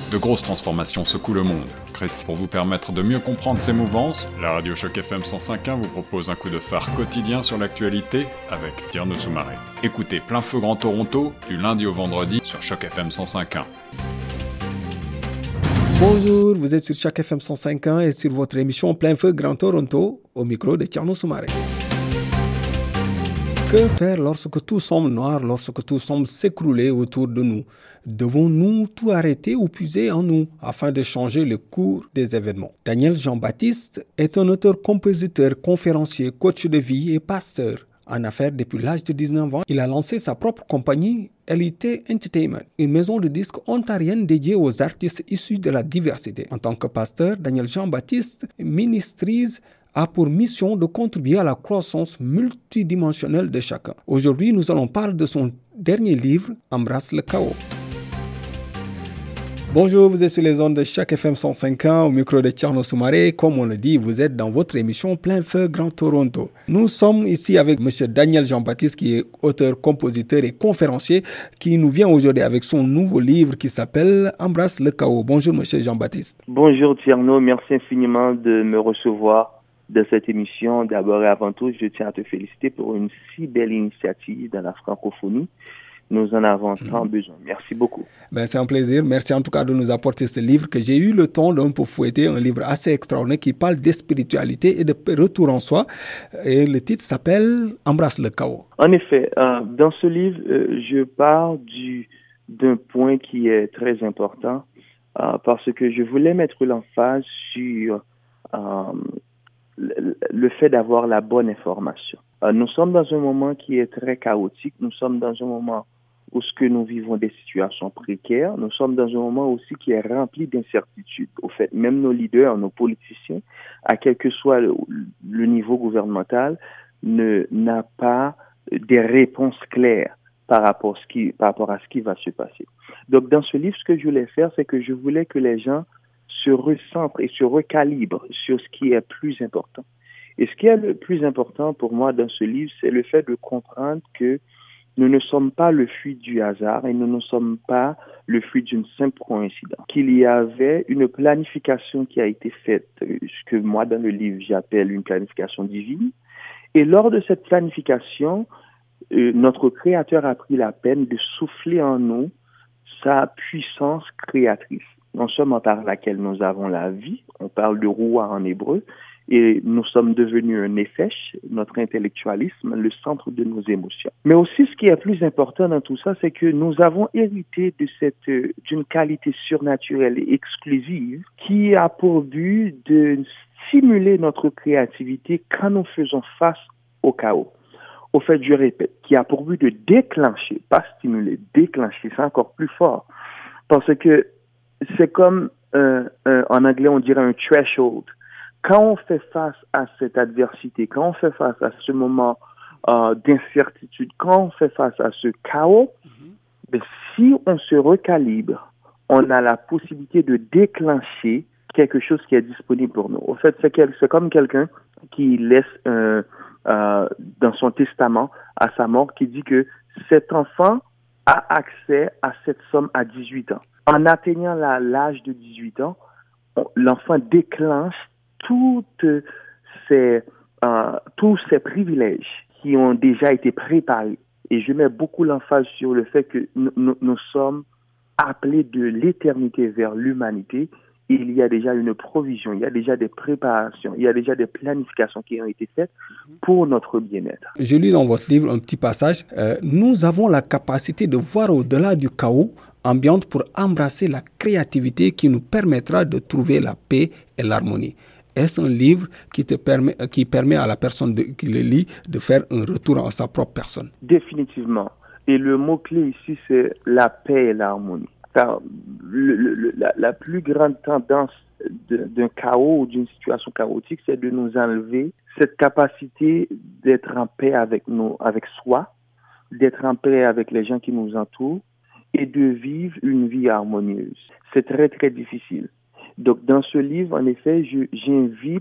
De grosses transformations secouent le monde. Pour vous permettre de mieux comprendre ces mouvances, la radio Choc FM 105.1 vous propose un coup de phare quotidien sur l'actualité avec Tierno Soumaré. Écoutez Plein Feu Grand Toronto du lundi au vendredi sur Choc FM 105.1. Bonjour, vous êtes sur Choc FM 105.1 et sur votre émission Plein Feu Grand Toronto au micro de Tierno Soumaré. Que faire lorsque tout semble noir, lorsque tout semble s'écrouler autour de nous? Devons-nous tout arrêter ou puiser en nous afin de changer le cours des événements? Daniel Jean-Baptiste est un auteur-compositeur, conférencier, coach de vie et pasteur. En affaires depuis l'âge de 19 ans, il a lancé sa propre compagnie LIT Entertainment, une maison de disques ontarienne dédiée aux artistes issus de la diversité. En tant que pasteur, Daniel Jean-Baptiste ministrise a pour mission de contribuer à la croissance multidimensionnelle de chacun. Aujourd'hui, nous allons parler de son dernier livre, Embrasse le chaos. Bonjour, vous êtes sur les ondes de Choc FM 105.1 au micro de Tierno Soumaré. Comme on le dit, vous êtes dans votre émission Plein Feu Grand Toronto. Nous sommes ici avec M. Daniel Jean-Baptiste, qui est auteur, compositeur et conférencier, qui nous vient aujourd'hui avec son nouveau livre qui s'appelle Embrasse le chaos. Bonjour, M. Jean-Baptiste. Bonjour Tierno, merci infiniment de me recevoir de cette émission. D'abord et avant tout, je tiens à te féliciter pour une si belle initiative dans la francophonie. Nous en avons tant besoin. Merci beaucoup. C'est un plaisir. Merci en tout cas de nous apporter ce livre que j'ai eu le temps d'un peu fouetter, un livre assez extraordinaire qui parle de spiritualité et de retour en soi. Et le titre s'appelle Embrasse le chaos. En effet, dans ce livre, je parle d'un point qui est très important parce que je voulais mettre l'emphase sur le fait d'avoir la bonne information. Nous sommes dans un moment qui est très chaotique. Nous sommes dans un moment où nous vivons des situations précaires. Nous sommes dans un moment aussi qui est rempli d'incertitudes. Au fait, même nos leaders, nos politiciens, à quel que soit le niveau gouvernemental, n'a pas des réponses claires par rapport à ce qui va se passer. Donc, dans ce livre, ce que je voulais faire, c'est que je voulais que les gens se recentre et se recalibre sur ce qui est plus important. Et ce qui est le plus important pour moi dans ce livre, c'est le fait de comprendre que nous ne sommes pas le fruit du hasard et nous ne sommes pas le fruit d'une simple coïncidence. Qu'il y avait une planification qui a été faite, ce que moi dans le livre j'appelle une planification divine. Et lors de cette planification, notre Créateur a pris la peine de souffler en nous sa puissance créatrice. Non seulement par laquelle nous avons la vie, on parle de Roua en hébreu, et nous sommes devenus un nefesh, notre intellectualisme, le centre de nos émotions. Mais aussi, ce qui est plus important dans tout ça, c'est que nous avons hérité d'une qualité surnaturelle et exclusive qui a pour but de stimuler notre créativité quand nous faisons face au chaos. Au fait, je répète, qui a pour but de déclencher, pas stimuler, déclencher, c'est encore plus fort. Parce que c'est comme, en anglais, on dirait un threshold. Quand on fait face à cette adversité, quand on fait face à ce moment d'incertitude, quand on fait face à ce chaos, si on se recalibre, on a la possibilité de déclencher quelque chose qui est disponible pour nous. Au fait, c'est comme quelqu'un qui laisse dans son testament, à sa mort, qui dit que cet enfant a accès à cette somme à 18 ans. En atteignant l'âge de 18 ans, l'enfant déclenche tous ces privilèges qui ont déjà été préparés. Et je mets beaucoup l'emphase sur le fait que nous sommes appelés de l'éternité vers l'humanité. Et il y a déjà une provision, il y a déjà des préparations, il y a déjà des planifications qui ont été faites pour notre bien-être. Je lis dans votre livre un petit passage. Nous avons la capacité de voir au-delà du chaos ambiante pour embrasser la créativité qui nous permettra de trouver la paix et l'harmonie. Est-ce un livre qui permet à la personne qui le lit de faire un retour en sa propre personne? Définitivement. Et le mot-clé ici, c'est la paix et l'harmonie. Car la plus grande tendance d'un chaos ou d'une situation chaotique, c'est de nous enlever cette capacité d'être en paix avec soi, d'être en paix avec les gens qui nous entourent, et de vivre une vie harmonieuse. C'est très, très difficile. Donc, dans ce livre, en effet, j'invite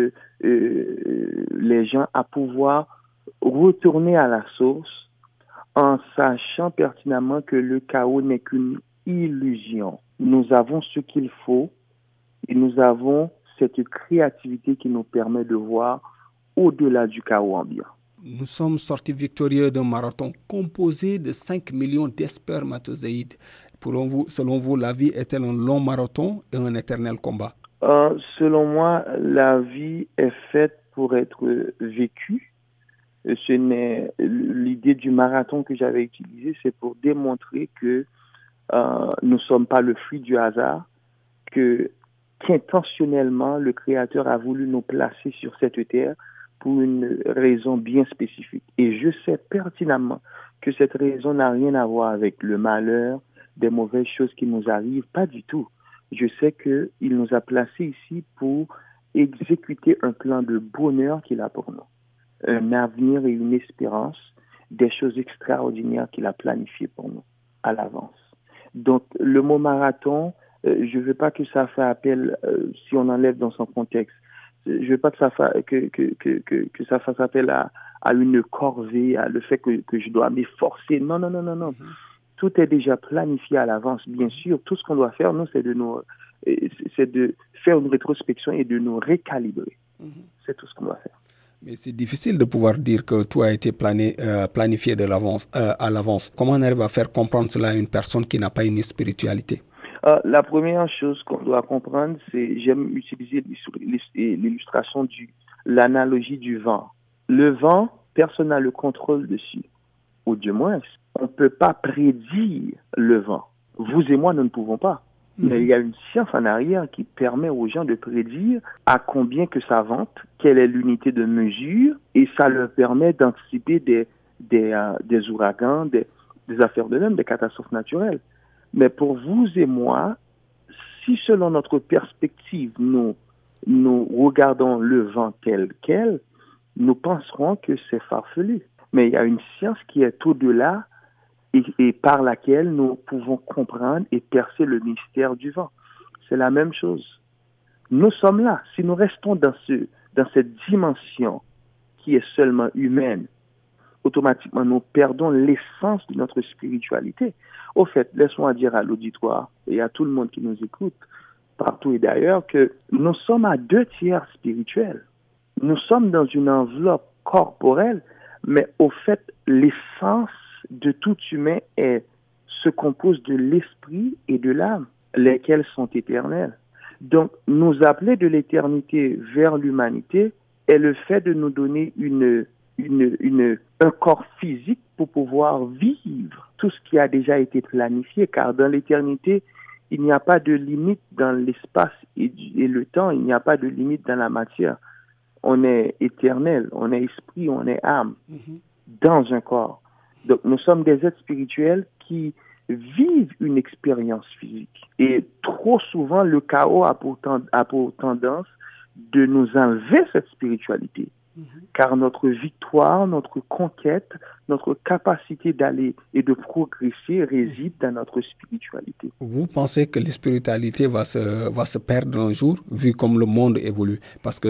les gens à pouvoir retourner à la source en sachant pertinemment que le chaos n'est qu'une illusion. Nous avons ce qu'il faut et nous avons cette créativité qui nous permet de voir au-delà du chaos ambiant. Nous sommes sortis victorieux d'un marathon composé de 5 millions d'espermatozoïdes. Selon vous, la vie est-elle un long marathon et un éternel combat? Selon moi, la vie est faite pour être vécue. L'idée du marathon que j'avais utilisé, c'est pour démontrer que nous ne sommes pas le fruit du hasard, qu'intentionnellement, le Créateur a voulu nous placer sur cette terre pour une raison bien spécifique. Et je sais pertinemment que cette raison n'a rien à voir avec le malheur, des mauvaises choses qui nous arrivent, pas du tout. Je sais qu'il nous a placés ici pour exécuter un plan de bonheur qu'il a pour nous, un avenir et une espérance, des choses extraordinaires qu'il a planifiées pour nous à l'avance. Donc, le mot marathon, je ne veux pas que ça fasse appel, si on enlève dans son contexte, je ne veux pas que ça fasse appel à une corvée, à le fait que je dois m'efforcer. Non. Tout est déjà planifié à l'avance. Bien sûr, tout ce qu'on doit faire, nous, c'est de faire une rétrospection et de nous récalibrer. C'est tout ce qu'on doit faire. Mais c'est difficile de pouvoir dire que tout a été planifié à l'avance. Comment on arrive à faire comprendre cela à une personne qui n'a pas une spiritualité? La première chose qu'on doit comprendre, c'est, j'aime utiliser l'illustration l'analogie du vent. Le vent, personne n'a le contrôle dessus. Ou du moins, on ne peut pas prédire le vent. Vous et moi, nous ne pouvons pas. Mais il y a une science en arrière qui permet aux gens de prédire à combien que ça vente, quelle est l'unité de mesure, et ça leur permet d'anticiper des ouragans, des affaires de même, des catastrophes naturelles. Mais pour vous et moi, si selon notre perspective, nous regardons le vent tel quel, nous penserons que c'est farfelu. Mais il y a une science qui est au-delà et par laquelle nous pouvons comprendre et percer le mystère du vent. C'est la même chose. Nous sommes là. Si nous restons dans cette dimension qui est seulement humaine, automatiquement nous perdons l'essence de notre spiritualité. Au fait, laisse-moi dire à l'auditoire et à tout le monde qui nous écoute, partout et d'ailleurs, que nous sommes à 2/3 spirituels. Nous sommes dans une enveloppe corporelle, mais au fait, l'essence de tout humain se compose de l'esprit et de l'âme, lesquels sont éternels. Donc, nous appeler de l'éternité vers l'humanité est le fait de nous donner un corps physique pour pouvoir vivre tout ce qui a déjà été planifié, car dans l'éternité, il n'y a pas de limite dans l'espace et le temps, il n'y a pas de limite dans la matière. On est éternel, on est esprit, on est âme dans un corps. Donc, nous sommes des êtres spirituels qui vivent une expérience physique. Et trop souvent, le chaos a pour tendance de nous enlever cette spiritualité. Car notre victoire, notre conquête, notre capacité d'aller et de progresser réside dans notre spiritualité. Vous pensez que la spiritualité va se perdre un jour, vu comme le monde évolue? Parce que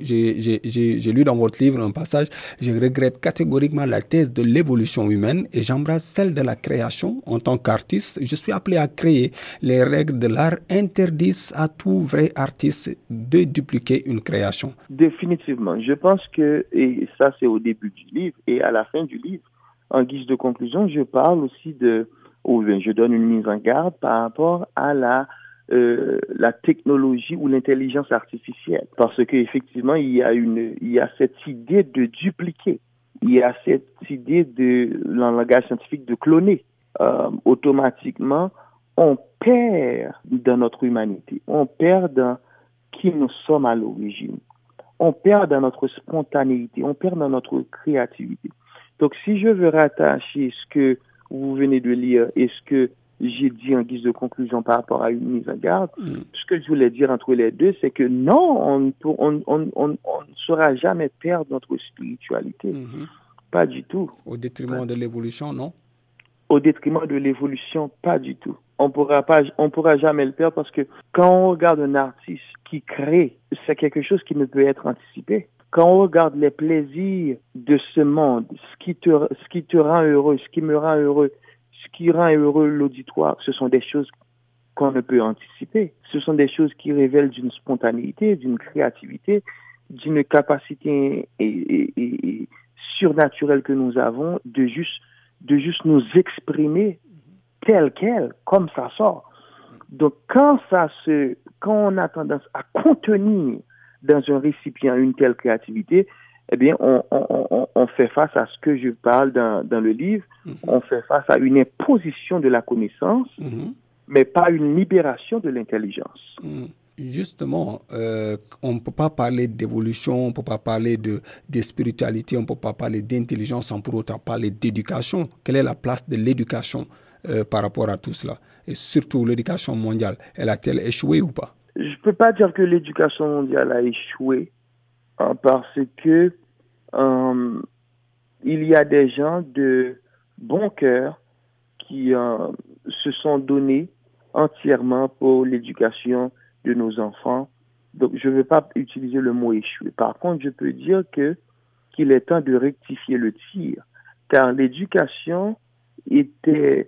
j'ai lu dans votre livre un passage, je regrette catégoriquement la thèse de l'évolution humaine et j'embrasse celle de la création. En tant qu'artiste, je suis appelé à créer. Les règles de l'art interdisent à tout vrai artiste de dupliquer une création. Définitivement. Je pense que, et ça c'est au début du livre et à la fin du livre, en guise de conclusion, je parle aussi je donne une mise en garde par rapport à la technologie ou l'intelligence artificielle. Parce qu'effectivement, il y a cette idée de dupliquer. Il y a cette idée dans le langage scientifique de cloner. Automatiquement, on perd dans notre humanité. On perd dans qui nous sommes à l'origine. On perd dans notre spontanéité. On perd dans notre créativité. Donc, si je veux rattacher ce que vous venez de lire et ce que j'ai dit en guise de conclusion par rapport à une mise en garde, ce que je voulais dire entre les deux, c'est que non, on ne saura jamais perdre notre spiritualité. Pas du tout. Au détriment de l'évolution, non? Au détriment de l'évolution, pas du tout. On pourra jamais le perdre parce que quand on regarde un artiste qui crée, c'est quelque chose qui ne peut être anticipé. Quand on regarde les plaisirs de ce monde, ce qui te rend heureux, ce qui me rend heureux, ce qui rend heureux l'auditoire, ce sont des choses qu'on ne peut anticiper. Ce sont des choses qui révèlent d'une spontanéité, d'une créativité, d'une capacité surnaturelle que nous avons de juste nous exprimer tel quel, comme ça sort. Donc, quand on a tendance à contenir dans un récipient une telle créativité, eh bien, on fait face à ce que je parle dans le livre. On fait face à une imposition de la connaissance, mais pas une libération de l'intelligence. Justement, on ne peut pas parler d'évolution, on ne peut pas parler de spiritualité, on ne peut pas parler d'intelligence sans pour autant parler d'éducation. Quelle est la place de l'éducation par rapport à tout cela? Et surtout, l'éducation mondiale, elle a-t-elle échoué ou pas? Je ne peux pas dire que l'éducation mondiale a échoué parce que il y a des gens de bon cœur qui se sont donnés entièrement pour l'éducation de nos enfants. Donc, je ne veux pas utiliser le mot échouer. Par contre, je peux dire qu'il est temps de rectifier le tir, car l'éducation était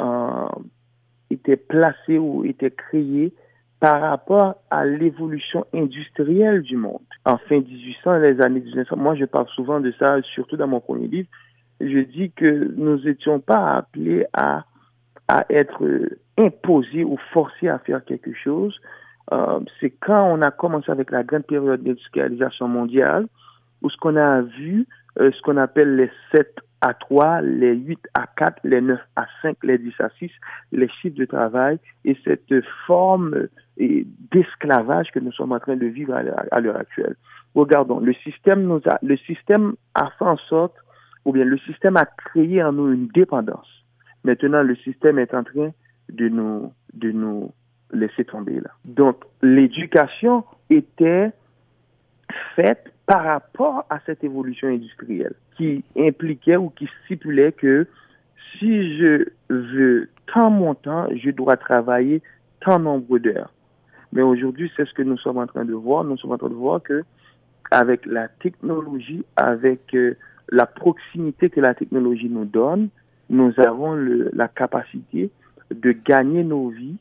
placée ou était créée par rapport à l'évolution industrielle du monde. En fin 1800, les années 1900, moi je parle souvent de ça, surtout dans mon premier livre, je dis que nous n'étions pas appelés à être imposés ou forcés à faire quelque chose. C'est quand on a commencé avec la grande période d'industrialisation mondiale, où ce qu'on a vu, ce qu'on appelle les 7 à 3, les 8 à 4, les 9 à 5, les 10 à 6, les chiffres de travail et cette forme d'esclavage que nous sommes en train de vivre à l'heure actuelle. Regardons, le système a fait en sorte, ou bien le système a créé en nous une dépendance. Maintenant, le système est en train de nous laisser tomber là. Donc, l'éducation était faite par rapport à cette évolution industrielle qui impliquait ou qui stipulait que si je veux tant montant, je dois travailler tant nombre d'heures. Mais aujourd'hui, c'est ce que nous sommes en train de voir. Nous sommes en train de voir que avec la technologie, avec la proximité que la technologie nous donne, nous avons la capacité de gagner nos vies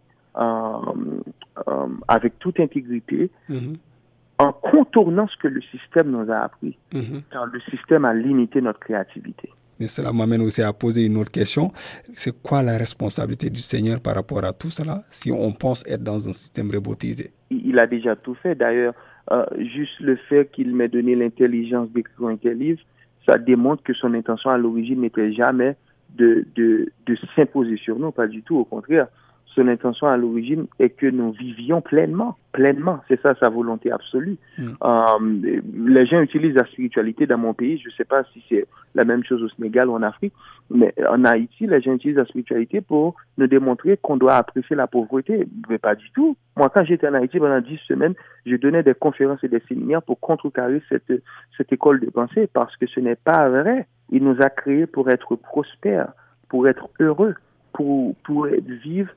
avec toute intégrité, en contournant ce que le système nous a appris. Car le système a limité notre créativité. Mais cela m'amène aussi à poser une autre question. C'est quoi la responsabilité du Seigneur par rapport à tout cela, si on pense être dans un système robotisé? Il a déjà tout fait. D'ailleurs, juste le fait qu'il m'ait donné l'intelligence d'écrire un tel livre, ça démontre que son intention à l'origine n'était jamais de s'imposer sur nous, pas du tout, au contraire. Son intention à l'origine est que nous vivions pleinement. C'est ça sa volonté absolue. Les gens utilisent la spiritualité dans mon pays. Je ne sais pas si c'est la même chose au Sénégal ou en Afrique, mais en Haïti, les gens utilisent la spiritualité pour nous démontrer qu'on doit apprécier la pauvreté. Mais pas du tout. Moi, quand j'étais en Haïti pendant 10 semaines, je donnais des conférences et des séminaires pour contrecarrer cette école de pensée parce que ce n'est pas vrai. Il nous a créés pour être prospères, pour être heureux, pour vivre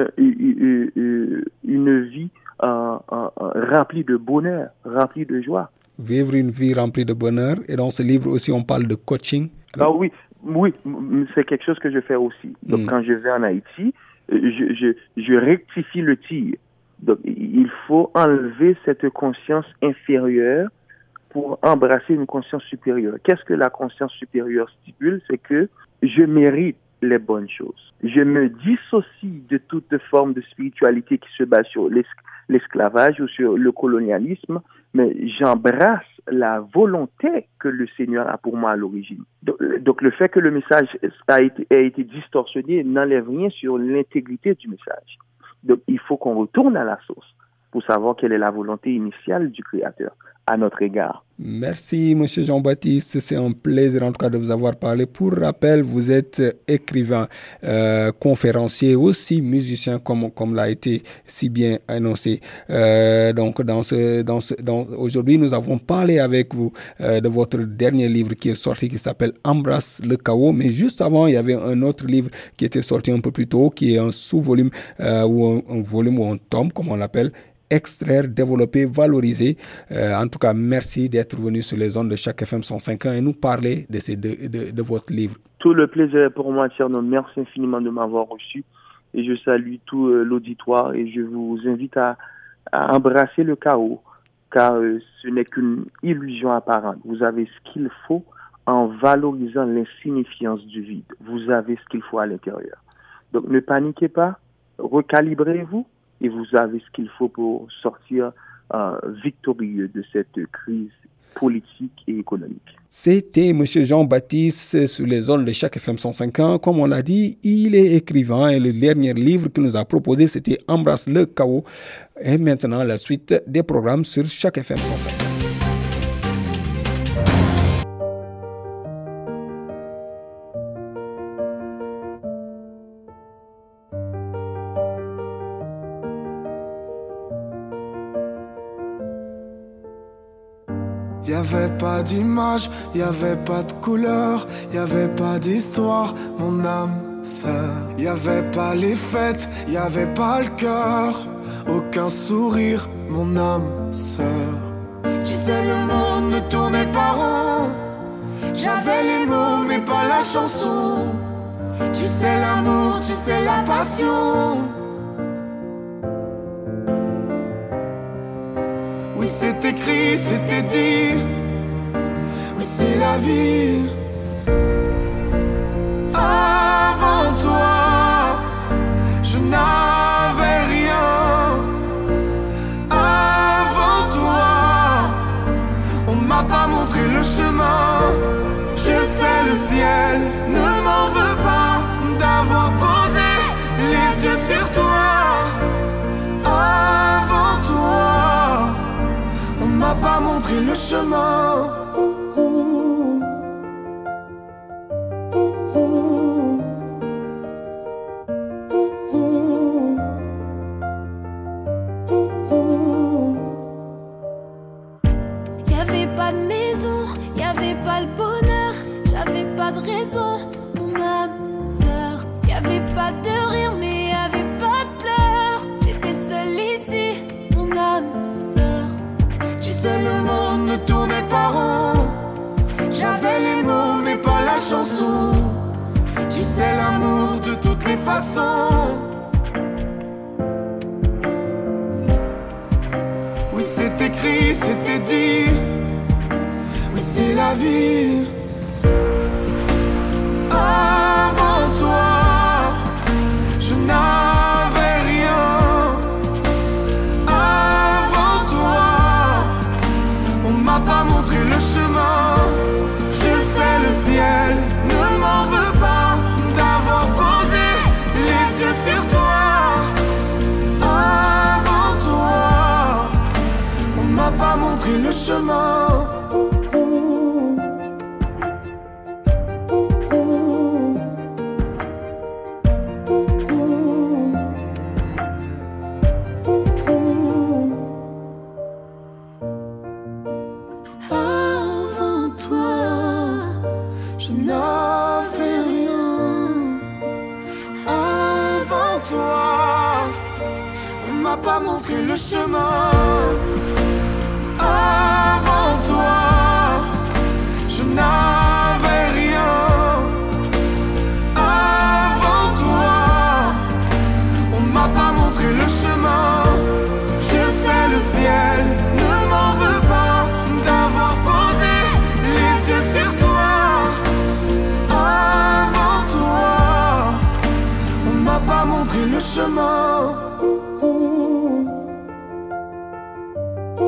une vie remplie de bonheur, remplie de joie. Vivre une vie remplie de bonheur. Et dans ce livre aussi, on parle de coaching. Ah oui, c'est quelque chose que je fais aussi. Donc, quand je vais en Haïti, je rectifie le tir. Donc, il faut enlever cette conscience inférieure pour embrasser une conscience supérieure. Qu'est-ce que la conscience supérieure stipule? C'est que je mérite les bonnes choses. Je me dissocie de toute forme de spiritualité qui se base sur l'esclavage ou sur le colonialisme, mais j'embrasse la volonté que le Seigneur a pour moi à l'origine. Donc le fait que le message a été distorsionné n'enlève rien sur l'intégrité du message. Donc il faut qu'on retourne à la source pour savoir quelle est la volonté initiale du Créateur à notre égard. Merci, M. Jean-Baptiste. C'est un plaisir, en tout cas, de vous avoir parlé. Pour rappel, vous êtes écrivain, conférencier, aussi musicien, comme l'a été si bien annoncé. Donc, aujourd'hui, nous avons parlé avec vous de votre dernier livre qui est sorti, qui s'appelle Embrasse le chaos. Mais juste avant, il y avait un autre livre qui était sorti un peu plus tôt, qui est un sous-volume ou un volume ou un tome, comme on l'appelle, Extraire, développer, valoriser. En tout cas, merci d'être venu sur les ondes de Choc FM 105.1 et nous parler de votre livre. Tout le plaisir est pour moi, Tierno. Merci infiniment de m'avoir reçu. Et je salue tout l'auditoire et je vous invite à embrasser le chaos, car ce n'est qu'une illusion apparente. Vous avez ce qu'il faut en valorisant l'insignifiance du vide. Vous avez ce qu'il faut à l'intérieur. Donc ne paniquez pas, recalibrez-vous et vous avez ce qu'il faut pour sortir victorieux de cette crise politique et économique. C'était M. Jean-Baptiste sur les ondes de Choc FM 105.1. Comme on l'a dit, il est écrivain et le dernier livre qu'il nous a proposé, c'était Embrasse le chaos. Et maintenant, la suite des programmes sur Choc FM 105. Y'avait pas d'image, y'avait pas de couleur, y'avait pas d'histoire, mon âme sœur. Y'avait pas les fêtes, y'avait pas le cœur, aucun sourire, mon âme sœur. Tu sais le monde ne tournait pas rond, j'avais les mots mais pas la chanson. Tu sais l'amour, tu sais la passion. Oui, c'est écrit, c'était dit. Oui, c'est la vie. Avant toi, je n'avais rien. Avant toi, on m'a pas montré le chemin. Je sais le ciel ne m'en veut pas d'avoir posé les yeux sur toi. Avant toi, on m'a pas montré le chemin. Y'avait pas de maison, y'avait pas le bonheur, j'avais pas de raison, mon âme sœur. Y'avait pas de rire, mais y'avait pas de pleurs. J'étais seule ici, mon âme sœur. Tu sais le monde ne tournait pas rond, j'avais les mots mais pas la chanson. Tu sais l'amour de toutes les façons. Oui c'est écrit, c'était dit. Oui c'est la vie. Avant toi, je n'avais rien. Avant toi, on m'a pas montré le chemin. Je sais le ciel ne m'en veut pas d'avoir posé les yeux sur toi. Avant toi, on m'a pas montré le chemin. Pas montré le chemin. Avant toi, je n'avais rien. Avant toi, on m'a pas montré le chemin. Je sais le ciel ne m'en veut pas d'avoir posé les yeux sur toi. Avant toi, on m'a pas montré le chemin.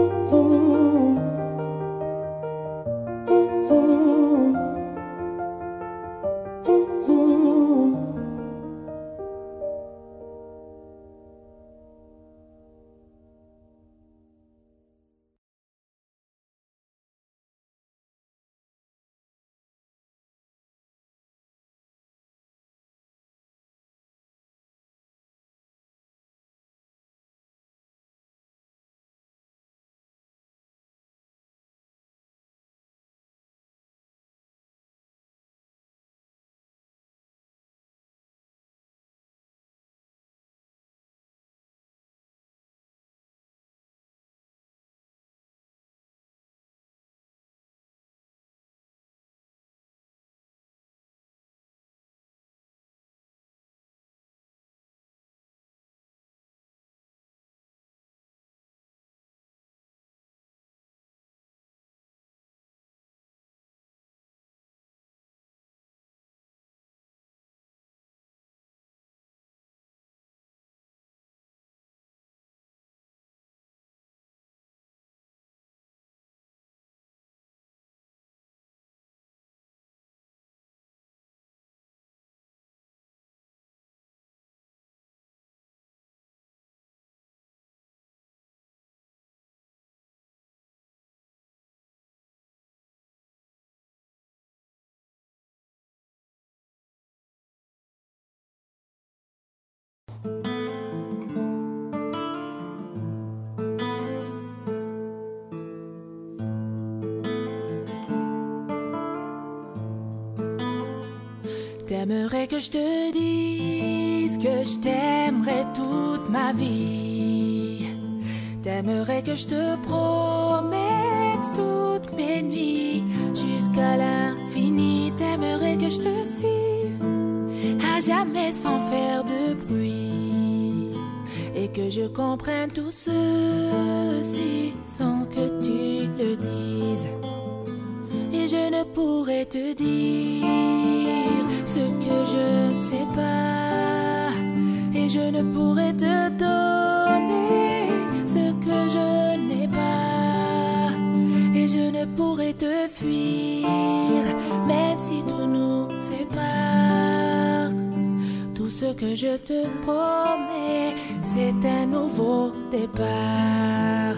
T'aimerais que je te dise que je t'aimerais toute ma vie. T'aimerais que je te promette toutes mes nuits jusqu'à l'infini. T'aimerais que je te suive à jamais sans faire de bruit et que je comprenne tout ceci sans que tu le dises. Et je ne pourrais te dire ce que je ne sais pas. Et je ne pourrais te donner ce que je n'ai pas. Et je ne pourrais te fuir, même si tout nous sépare. Tout ce que je te promets, c'est un nouveau départ.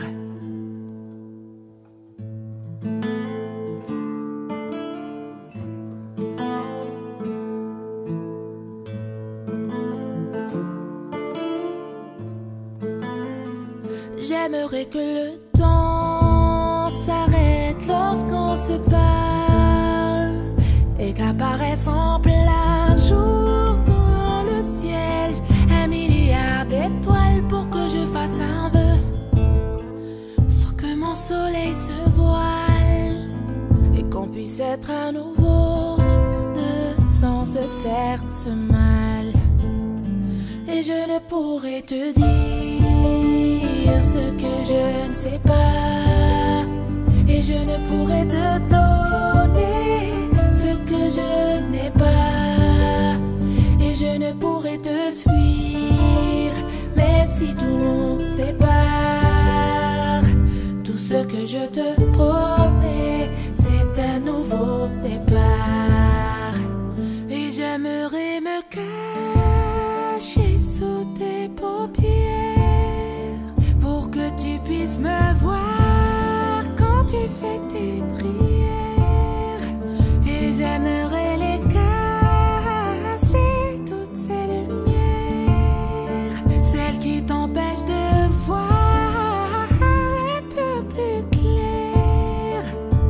J'aimerais que le temps s'arrête lorsqu'on se parle et qu'apparaisse en plein jour dans le ciel 1 milliard d'étoiles pour que je fasse un vœu sans que mon soleil se voile et qu'on puisse être à nouveau deux sans se faire ce mal. Et je ne pourrais te dire ce que je ne sais pas. Et je ne pourrais te donner ce que je n'ai pas. Et je ne pourrais te fuir, même si tout nous sépare. Tout ce que je te promets, c'est un nouveau départ. Et j'aimerais me cacher sous tes paupières pour que tu puisses me voir quand tu fais tes prières. Et j'aimerais les casser, toutes ces lumières, celles qui t'empêchent de voir un peu plus clair.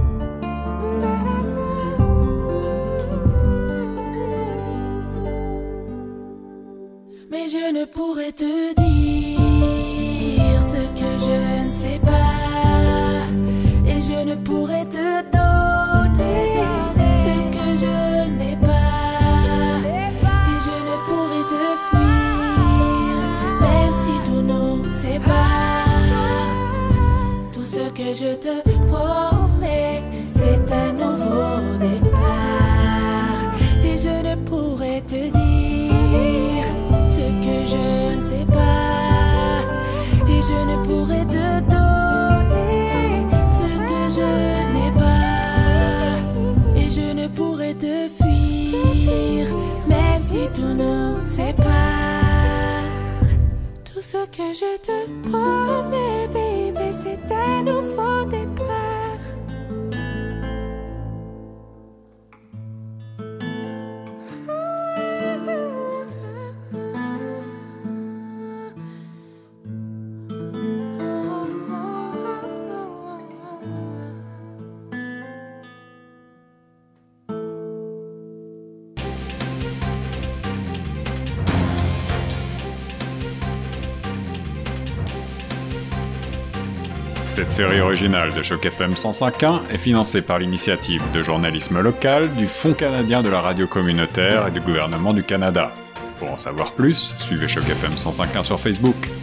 Mais je ne pourrais te dire ce que je ne sais pas. Et je ne pourrais te donner ce que je n'ai pas. Et je ne pourrais te fuir, même si tout nous sépare. Tout ce que je te promets, c'est un nouveau départ. Et je ne pourrais te dire ce que je ne sais pas. Et je ne pourrais te donner ce que je n'ai pas. Et je ne pourrais te fuir, même si tout nous sépare. Tout ce que je te promets, baby, c'est un nouveau départ. Cette série originale de Choc FM 105.1 est financée par l'initiative de journalisme local du Fonds canadien de la radio communautaire et du gouvernement du Canada. Pour en savoir plus, suivez Choc FM 105.1 sur Facebook.